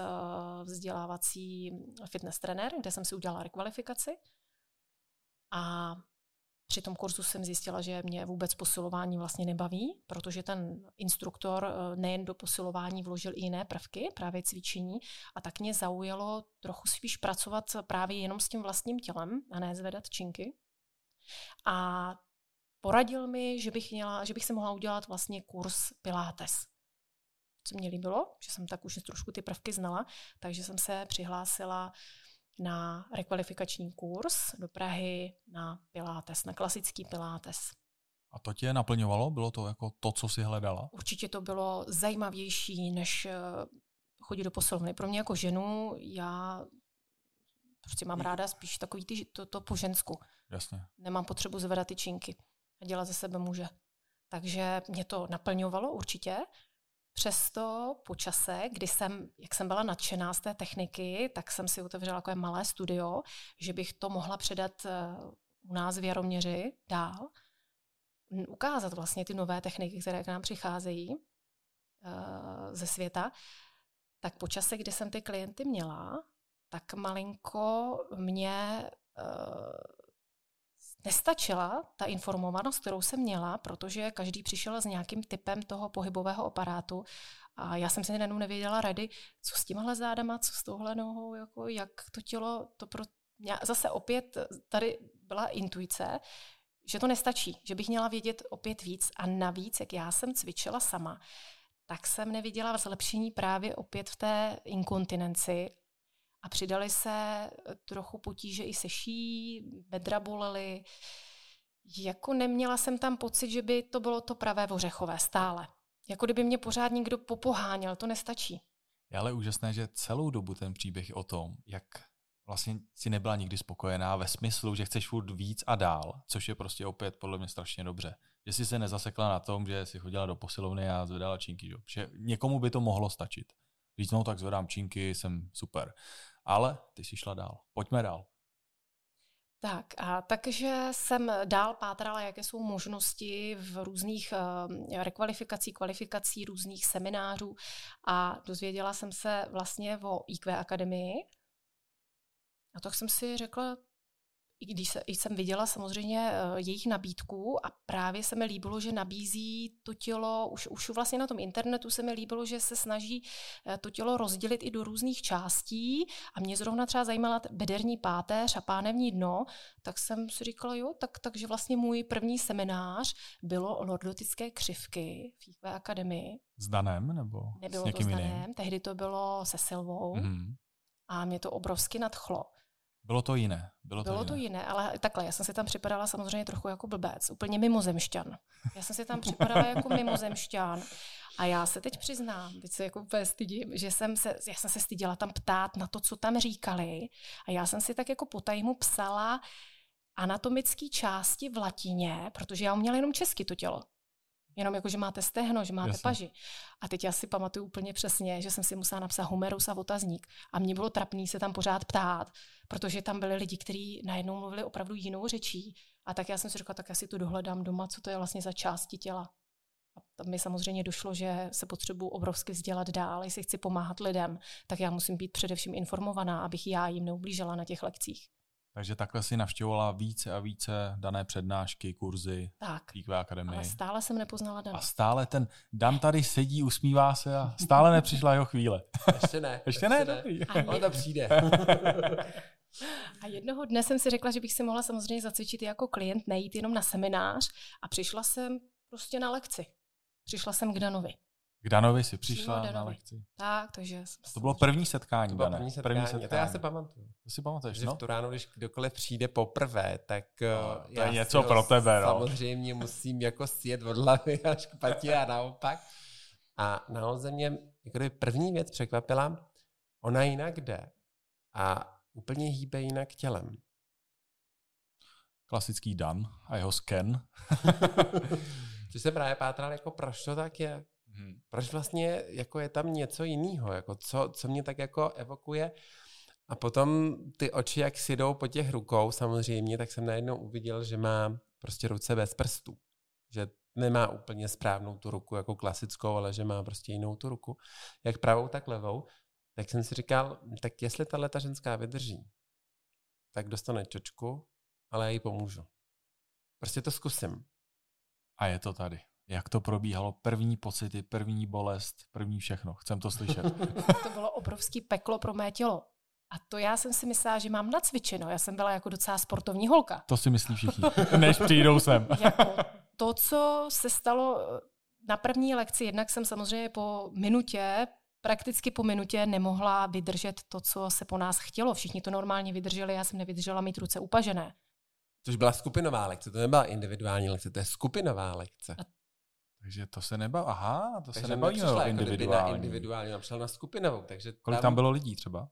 vzdělávací fitness trenér, kde jsem si udělala rekvalifikaci. A Při tom kurzu jsem zjistila, že mě vůbec posilování vlastně nebaví, protože ten instruktor nejen do posilování vložil i jiné prvky, právě cvičení, a tak mě zaujalo trochu spíš pracovat právě jenom s tím vlastním tělem a ne zvedat činky. A poradil mi, že bych, měla, že bych si mohla udělat vlastně kurz Pilates. Co mě líbilo, že jsem tak už trošku ty prvky znala, takže jsem se přihlásila na rekvalifikační kurz do Prahy na Pilates, na klasický Pilates. A to tě naplňovalo? Bylo to jako to, co jsi hledala? Určitě to bylo zajímavější, než chodit do posilovny. Pro mě jako ženu, já prostě mám ráda spíš takový ty, to, to po žensku. Jasně. Nemám potřebu zvedat ty činky a dělat ze sebe muže. Takže mě to naplňovalo určitě. Přesto po čase, kdy jsem, jak jsem byla nadšená z té techniky, tak jsem si otevřela takové malé studio, že bych to mohla předat u nás v Jaroměři dál, ukázat vlastně ty nové techniky, které k nám přicházejí ze světa. Tak po čase, kdy jsem ty klienty měla, tak malinko mě nestačila ta informovanost, kterou jsem měla, protože každý přišel s nějakým typem toho pohybového aparátu a já jsem si najednou nevěděla rady, co s tímhle zádama, co s touhle nohou, jako jak to tělo, to pro... Zase opět tady byla intuice, že to nestačí, že bych měla vědět opět víc a navíc, jak já jsem cvičila sama, tak jsem neviděla zlepšení právě opět v té inkontinenci. A přidali se trochu potíže i se ší, bedra bolely. Jako neměla jsem tam pocit, že by to bylo to pravé ořechové stále. Jako kdyby mě pořád někdo popoháněl, to nestačí. Je ale úžasné, že celou dobu ten příběh je o tom, jak vlastně si nebyla nikdy spokojená ve smyslu, že chceš furt víc a dál, což je prostě opět podle mě strašně dobře. Že jsi se nezasekla na tom, že jsi chodila do posilovny a zvedala činky. Že někomu by to mohlo stačit. Říct, no tak zvedám činky, jsem super. Ale ty jsi šla dál. Pojďme dál. Tak a takže jsem dál pátrala, jaké jsou možnosti v různých uh, rekvalifikací, kvalifikací, různých seminářů a dozvěděla jsem se vlastně o í kvé Akademii. A tak jsem si řekla, i když se, jsem viděla samozřejmě jejich nabídku a právě se mi líbilo, že nabízí to tělo, už, už vlastně na tom internetu se mi líbilo, že se snaží to tělo rozdělit i do různých částí a mě zrovna třeba zajímala bederní páteř a pánevní dno, tak jsem si říkala, jo, tak, takže vlastně můj první seminář bylo lordotické křivky v í kvé Akademii. S Danem nebo Nebylo s někým to s Danem, jiným? Tehdy to bylo se Silvou mm-hmm. a mě to obrovsky nadchlo. Bylo to jiné. Bylo, Bylo to, to jiné. jiné, ale takhle, já jsem si tam připadala samozřejmě trochu jako blbec, úplně mimozemšťan. Já jsem si tam připadala jako mimozemšťan a já se teď přiznám, teď se jako úplně stydím, že jsem se, já jsem se styděla tam ptát na to, co tam říkali a já jsem si tak jako po tajmu psala anatomické části v latině, protože já uměla jenom česky to tělo. Jenom jako, že máte stehno, že máte Jasně. paži. A teď já si pamatuju úplně přesně, že jsem si musela napsat humerus a otazník. A mně bylo trapný se tam pořád ptát, protože tam byli lidi, kteří najednou mluvili opravdu jinou řečí. A tak já jsem si řekla, tak já si to dohledám doma, co to je vlastně za části těla. A tam mi samozřejmě došlo, že se potřebuji obrovsky vzdělat dál, jestli chci pomáhat lidem, tak já musím být především informovaná, abych já jim neublížila na těch lekcích. Takže takhle si navštěvovala více a více dané přednášky, kurzy tak, v í kvé Akademii. Ale stále jsem nepoznala Dana. A stále ten Dan tady sedí, usmívá se a stále nepřišla jeho chvíle. Ještě ne. Ještě ne? Dobrý. On to přijde. A jednoho dne jsem si řekla, že bych si mohla samozřejmě zacvičit jako klient, nejít jenom na seminář a přišla jsem prostě na lekci. Přišla jsem k Danovi. K Danovi si přišla na lekci. Tak, takže... To bylo první setkání, to bylo Dane. První setkání. první setkání. To já si pamatuju. To si pamatuješ, že no? v tu ráno, když kdokoliv přijde poprvé, tak no, to já je něco pro tebe, no. Samozřejmě musím jako sjet od hlavy až k patě a naopak. A naozaj mě jako první věc překvapila, ona jinak jde a úplně hýbe jinak tělem. Klasický Dan a jeho sken. Což se právě pátral, jako proč to tak je. Hmm. Proč vlastně jako je tam něco jiného, jako co, co mě tak jako evokuje. A potom ty oči, jak si jdou po těch rukou samozřejmě, tak jsem najednou uviděl, že má prostě ruce bez prstů. Že nemá úplně správnou tu ruku jako klasickou, ale že má prostě jinou tu ruku, jak pravou, tak levou. Tak jsem si říkal, tak jestli tahle ta ženská vydrží, tak dostane čočku, ale já jí pomůžu. prostě to zkusím. A je to tady. Jak to probíhalo? První pocity, první bolest, první všechno. Chcem to slyšet. To bylo obrovský peklo pro mé tělo. A to já jsem si myslela, že mám nacvičeno. Já jsem byla jako docela sportovní holka. To si myslí všichni, než přijdou sem. Jako to, co se stalo na první lekci, jednak jsem samozřejmě po minutě, prakticky po minutě nemohla vydržet to, co se po nás chtělo. Všichni to normálně vydrželi, já jsem nevydržela mít ruce upažené. Což byla skupinová lekce, to nebyla individuální lekce, to je skupinová lekce. A takže to se nebaví. Aha, to takže se nebavíme o individuální. Na individuální, napřel na skupinovou. Takže kolik tam, tam bylo lidí třeba?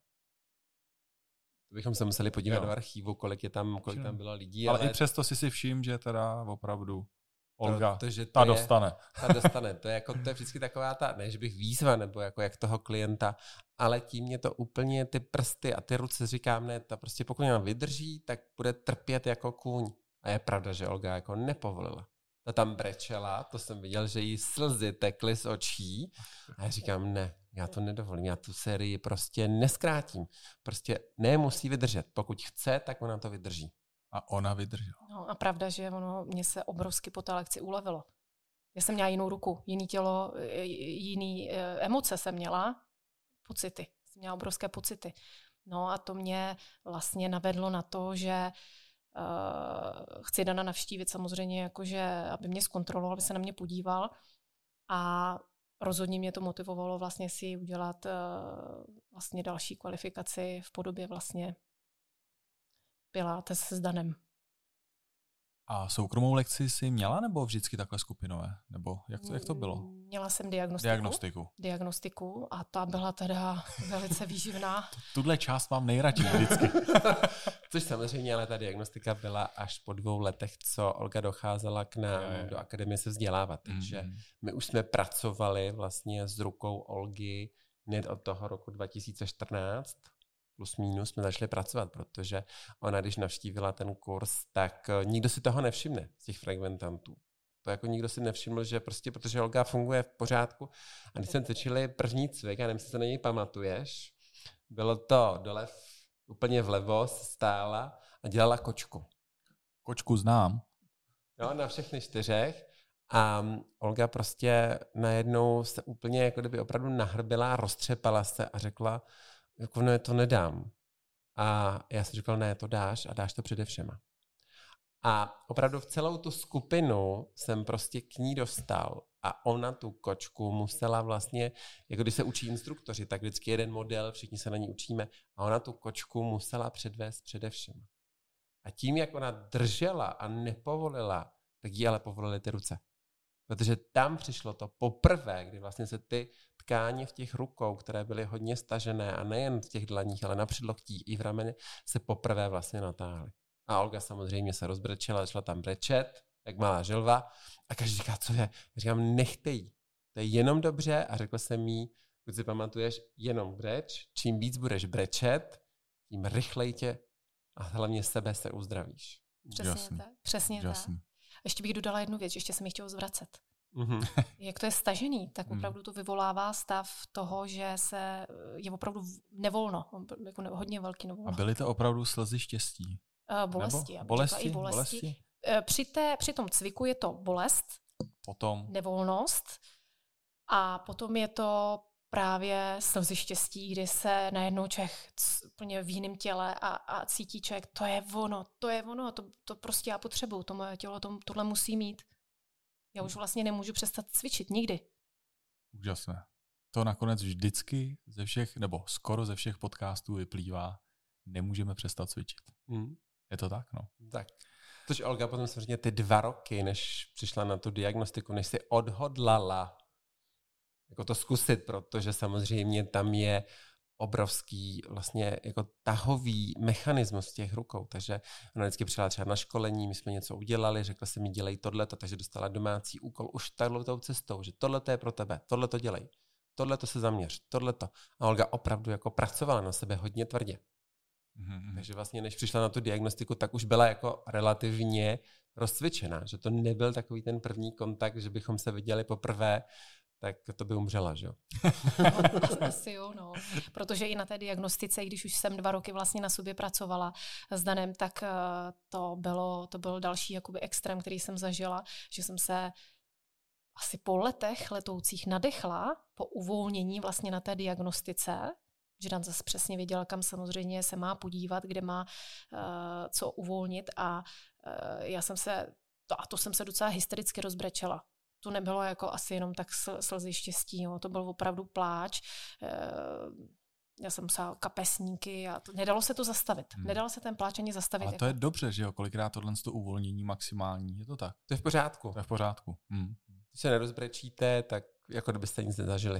To bychom se museli podívat jo. do archivu, kolik je tam, kolik tam bylo lidí. Ale, ale i přesto si si všim, že teda opravdu Olga, protože ta je, dostane. Ta dostane. To je, jako, to je vždycky taková ta, ne, že bych výzva, nebo jako jak toho klienta, ale tím mě to úplně ty prsty a ty ruce říkám, ne, ta prostě pokud nám vydrží, tak bude trpět jako kůň. A je pravda, že Olga jako nepovolila. Ta tam brečela, to jsem viděl, že jí slzy tekly z očí. A já říkám, ne, já to nedovolím, já tu sérii prostě neskrátím. Prostě ne, musí vydržet. Pokud chce, tak ona to vydrží. A ona vydržela. No a pravda, že ono mě se obrovsky po té lekci ulevilo. Já jsem měla jinou ruku, jiný tělo, jiný emoce jsem měla, pocity. Jsem měla obrovské pocity. No a to mě vlastně navedlo na to, že uh, chci Dana navštívit samozřejmě, jakože, aby mě zkontroloval, aby se na mě podíval. A rozhodně mě to motivovalo vlastně si udělat uh, vlastně další kvalifikaci v podobě vlastně Pilates s Danem. A soukromou lekci jsi měla, nebo vždycky takhle skupinové? Nebo jak to, jak to bylo? Měla jsem diagnostiku. Diagnostiku. Diagnostiku a ta byla teda velice výživná. Tuhle část mám nejradši vždycky. Což samozřejmě, ale ta diagnostika byla až po dvou letech, co Olga docházela k nám je, je. do akademie se vzdělávat. Takže mm. my už jsme pracovali vlastně s rukou Olgy hned od toho roku dva tisíce čtrnáct. Plus minus jsme začali pracovat, protože ona, když navštívila ten kurz, tak nikdo si toho nevšimne z těch fragmentantů. To jako nikdo si nevšiml, že prostě, protože Olga funguje v pořádku. A když jsme cvičili první cvik, a nevím, jestli se na něj pamatuješ, bylo to dole v, úplně vlevo, stála a dělala kočku. Kočku znám. No, na všechny čtyřech. A Olga prostě najednou se úplně jako kdyby opravdu nahrbila, roztřepala se a řekla, jako no, to nedám. A já jsem říkal, ne, to dáš a dáš to přede všema. A opravdu v celou tu skupinu jsem prostě k ní dostal a ona tu kočku musela vlastně, jako když se učí instruktoři, tak vždycky jeden model, všichni se na ní učíme a ona tu kočku musela předvést přede všema. A tím, jak ona držela a nepovolila, tak jí ale povolily ty ruce. Protože tam přišlo to poprvé, kdy vlastně se ty tkáně v těch rukou, které byly hodně stažené a nejen v těch dlaních, ale na předloktí i v rameni, se poprvé vlastně natáhly. A Olga samozřejmě se rozbrečela, začala tam brečet, jak malá želva a každý říká, co je? Já říkám, nechte jí. To je jenom dobře a řekl jsem jí, když si pamatuješ, jenom breč, čím víc budeš brečet, tím rychleji tě a hlavně sebe se uzdravíš. Přesně Jasný. tak. Přesně Jasný. tak. Ještě bych dodala jednu věc, ještě jsem ji chtěla zvracet. Mm-hmm. Jak to je stažený, tak opravdu to vyvolává stav toho, že se je opravdu nevolno, jako hodně velký nevolno. A byly to opravdu slzy štěstí? Uh, bolesti. Nebo? Bolesti? I bolesti. bolesti? Uh, při, té, při tom cviku je to bolest, potom nevolnost a potom je to právě slzy štěstí, kdy se najednou člověk úplně v jiném těle a, a cítí člověk, to je ono, to je ono, to, to prostě já potřebuju, to moje tělo to, tohle musí mít. Já už vlastně nemůžu přestat cvičit, nikdy. Úžasné. To nakonec vždycky ze všech, nebo skoro ze všech podcastů vyplývá, nemůžeme přestat cvičit. Hmm. Je to tak, no? Tak. Což Olga potom samozřejmě ty dva roky, než přišla na tu diagnostiku, než si odhodlala jako to zkusit, protože samozřejmě tam je obrovský vlastně jako tahový mechanismus v těch rukou, takže ona vždycky přijela třeba na školení, my jsme něco udělali, řekla se mi dělej tohleto, takže dostala domácí úkol už tato cestou, že tohleto je pro tebe, tohleto dělej, tohleto se zaměř, tohleto. A Olga opravdu jako pracovala na sebe hodně tvrdě. Mm-hmm. Takže vlastně než přišla na tu diagnostiku, tak už byla jako relativně rozcvičená, že to nebyl takový ten první kontakt, že bychom se viděli poprvé, tak to by umřela, že jo? No, asi jo, no. Protože i na té diagnostice, když už jsem dva roky vlastně na sobě pracovala s Danem, tak to bylo, to byl další jakoby extrém, který jsem zažila, že jsem se asi po letech letoucích nadechla po uvolnění vlastně na té diagnostice, že Dan zase přesně věděl, kam samozřejmě se má podívat, kde má uh, co uvolnit a uh, já jsem se, to, a to jsem se docela hystericky rozbrečela. To nebylo jako asi jenom tak sl, slzy štěstí, jo. To byl opravdu pláč. Uh, já jsem psala kapesníky a to, nedalo se to zastavit. Hmm. Nedalo se ten pláč ani zastavit. Ale to jako. je dobře, že jo, kolikrát tohle to uvolnění maximální, je to tak? To je v pořádku. To je v pořádku. Hmm. Když se nerozbrečíte, tak jako kdybyste nic nezažili.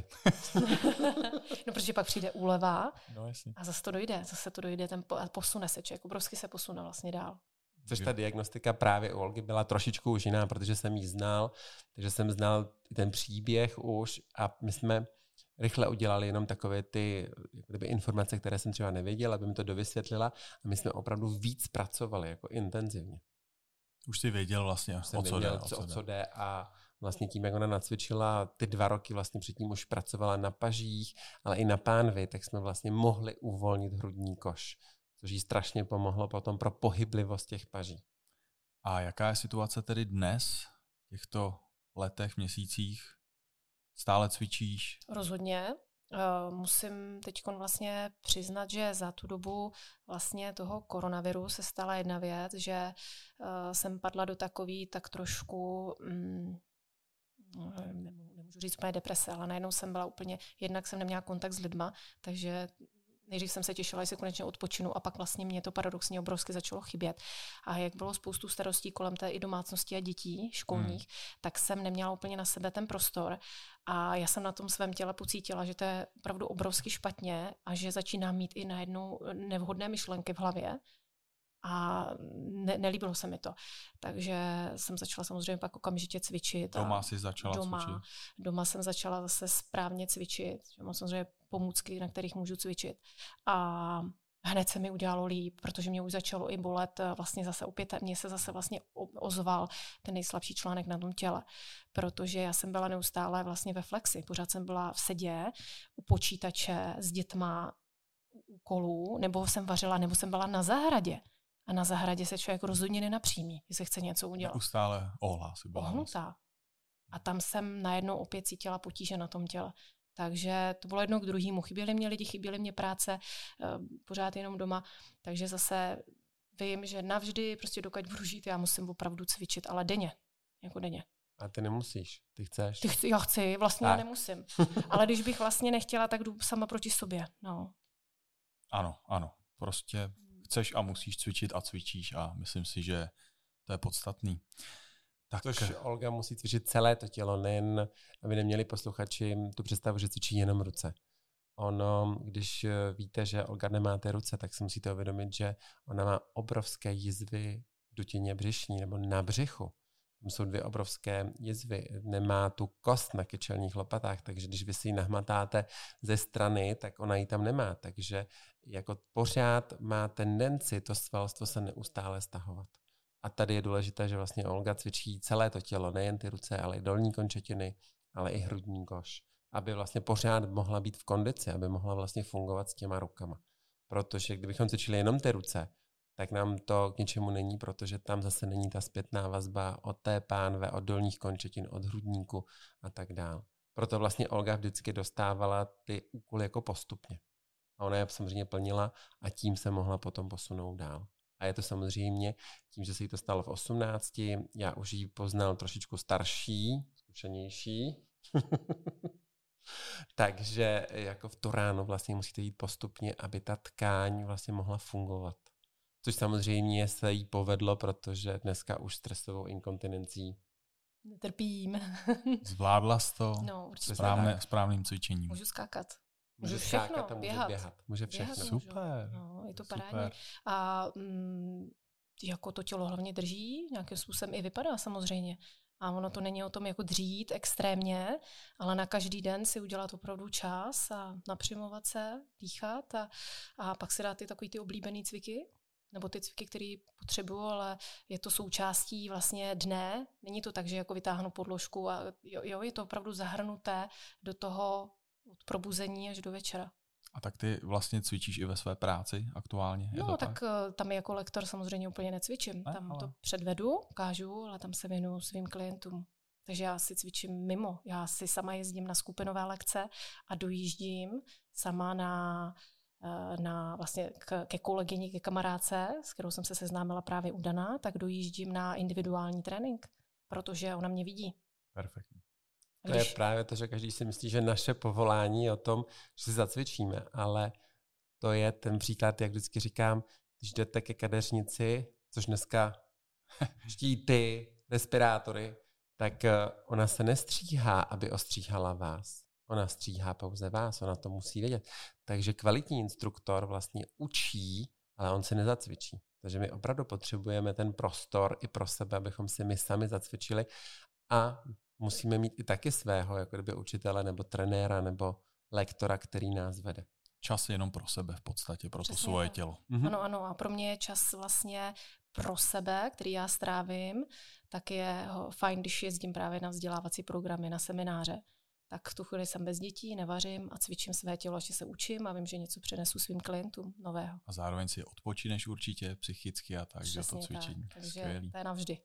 No, protože pak přijde úleva no, jasně. a zase to dojde, zase to dojde, ten po, posune se člověk, obrovsky se posune vlastně dál. Což ta diagnostika právě u Olgy byla trošičku už jiná, protože jsem ji znal, takže jsem znal ten příběh už a my jsme rychle udělali jenom takové ty kdyby informace, které jsem třeba nevěděl, aby mi to dovysvětlila a my jsme opravdu víc pracovali, jako intenzivně. Už jsi věděl vlastně, už jsem o co věděl, jde. Co, o co jde a vlastně tím, jak ona nacvičila ty dva roky, vlastně předtím už pracovala na pažích, ale i na pánvi, tak jsme vlastně mohli uvolnit hrudní koš, což jí strašně pomohlo potom pro pohyblivost těch paží. A jaká je situace tedy dnes, v těchto letech, měsících? Stále cvičíš? Rozhodně. Uh, musím teď vlastně přiznat, že za tu dobu vlastně toho koronaviru se stala jedna věc, že uh, jsem padla do takový tak trošku, um, nemůžu říct úplně deprese, ale najednou jsem byla úplně, jednak jsem neměla kontakt s lidma, takže nejdřív jsem se těšila, jestli konečně odpočinu a pak vlastně mě to paradoxně obrovsky začalo chybět. A jak bylo spoustu starostí kolem té i domácnosti a dětí školních, hmm. tak jsem neměla úplně na sebe ten prostor a já jsem na tom svém těle pocítila, že to je opravdu obrovsky špatně a že začínám mít i najednou nevhodné myšlenky v hlavě a ne, nelíbilo se mi to. Takže jsem začala samozřejmě pak okamžitě cvičit. Doma si začala doma, cvičit? Doma jsem začala zase správně cvičit. Mám samozřejmě pomůcky, na kterých můžu cvičit. A hned se mi udělalo líp, protože mě už začalo i bolet. Vlastně zase opět mě se zase vlastně ozval ten nejslabší článek na tom těle. Protože já jsem byla neustále vlastně ve flexi. Pořád jsem byla v sedě, u počítače, s dětma, u úkolů, nebo jsem vařila, nebo jsem byla na zahradě. A na zahradě se člověk rozhodně nenapřímí, jestli chce něco udělat. Neustále ohla si byla. Ohnutá. A tam jsem najednou opět cítila potíže na tom těle. Takže to bylo jedno k druhému. Chyběly mě lidi, chyběly mě práce, pořád jenom doma. Takže zase vím, že navždy, prostě dokud budu žít, já musím opravdu cvičit, ale denně. Jako denně. A ty nemusíš, ty chceš. Ty chci, já chci, vlastně já nemusím. Ale když bych vlastně nechtěla, tak jdu sama proti sobě. No. Ano, ano. Prostě chceš a musíš cvičit a cvičíš a myslím si, že to je podstatný. Tak. Tož Olga musí cvičit celé to tělo, nejen, aby neměli posluchači tu představu, že cvičí jenom ruce. Ono, když víte, že Olga nemá ty ruce, tak si musíte uvědomit, že ona má obrovské jizvy v dutině břišní nebo na břichu. Tam jsou dvě obrovské jizvy. Nemá tu kost na kyčelních lopatách, takže když vy si ji nahmatáte ze strany, tak ona ji tam nemá. Takže jako pořád má tendenci to svalstvo se neustále stahovat. A tady je důležité, že vlastně Olga cvičí celé to tělo, nejen ty ruce, ale i dolní končetiny, ale i hrudní koš, aby vlastně pořád mohla být v kondici, aby mohla vlastně fungovat s těma rukama. Protože kdybychom cvičili jenom ty ruce, tak nám to k ničemu není, protože tam zase není ta zpětná vazba od té pánve, od dolních končetin, od hrudníku a tak dál. Proto vlastně Olga vždycky dostávala ty úkoly jako postupně. A ona je samozřejmě plnila a tím se mohla potom posunout dál. A je to samozřejmě tím, že se jí to stalo v osmnácti, já už ji poznal trošičku starší, zkušenější. Takže jako v to ráno vlastně musíte jít postupně, aby ta tkáň vlastně mohla fungovat. Což samozřejmě se jí povedlo, protože dneska už stresovou inkontinencí netrpím. Zvládla jsi to no, správné, správným cvičením. Můžu skákat. Může Můžu všechno, skákat a může běhat. běhat. Může všechno. Běhat super. No, je to super. parádní. A mm, jako to tělo hlavně drží, nějakým způsobem i vypadá samozřejmě. A ono to není o tom jako dřít extrémně, ale na každý den si udělat opravdu čas a napřimovat se, dýchat a, a pak si dát ty takový ty oblíbený cviky. nebo ty cviky, které potřebuju, ale je to součástí vlastně dne. Není to tak, že jako vytáhnu podložku a jo, jo, je to opravdu zahrnuté do toho od probuzení až do večera. A tak ty vlastně cvičíš i ve své práci aktuálně? Je No, to tak, tak tam jako lektor samozřejmě úplně necvičím. Ne, tam ale... to předvedu, ukážu, ale tam se věnuju svým klientům. Takže já si cvičím mimo. Já si sama jezdím na skupinové lekce a dojíždím sama na, na vlastně k, ke kolegyni, ke kamarádce, s kterou jsem se seznámila právě u Dana, tak dojíždím na individuální trénink, protože ona mě vidí. Perfektní. To Když... je právě to, že každý si myslí, že naše povolání je o tom, že si zacvičíme, ale to je ten příklad, jak vždycky říkám, když jdete ke kadeřnici, což dneska štíty, respirátory, tak ona se nestříhá, aby ostříhala vás. Ona stříhá pouze vás, ona to musí vědět. Takže kvalitní instruktor vlastně učí, ale on se nezacvičí. Takže my opravdu potřebujeme ten prostor i pro sebe, abychom si my sami zacvičili a musíme mít i taky svého, jako kdyby učitele nebo trenéra nebo lektora, který nás vede. Čas jenom pro sebe v podstatě, pro Přesně to svoje tak. tělo. Mhm. Ano, ano. A pro mě je čas vlastně pro sebe, který já strávím, tak je fajn, když jezdím právě na vzdělávací programy, na semináře. Tak v tu chvíli jsem bez dětí, nevařím a cvičím své tělo, ještě se učím a vím, že něco přinesu svým klientům nového. A zároveň si odpočineš určitě psychicky a tak, že to cvičení. Tak, takže skvělý. To je navždy.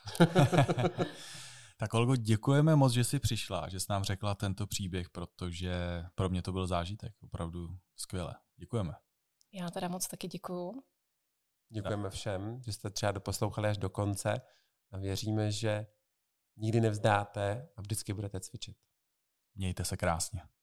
Tak Olgo, děkujeme moc, že jsi přišla, že jsi nám řekla tento příběh, protože pro mě to byl zážitek. Opravdu skvěle. Děkujeme. Já teda moc taky děkuju. Děkujeme všem, že jste třeba doposlouchali až do konce a věříme, že nikdy nevzdáte a vždycky budete cvičit. Mějte se krásně.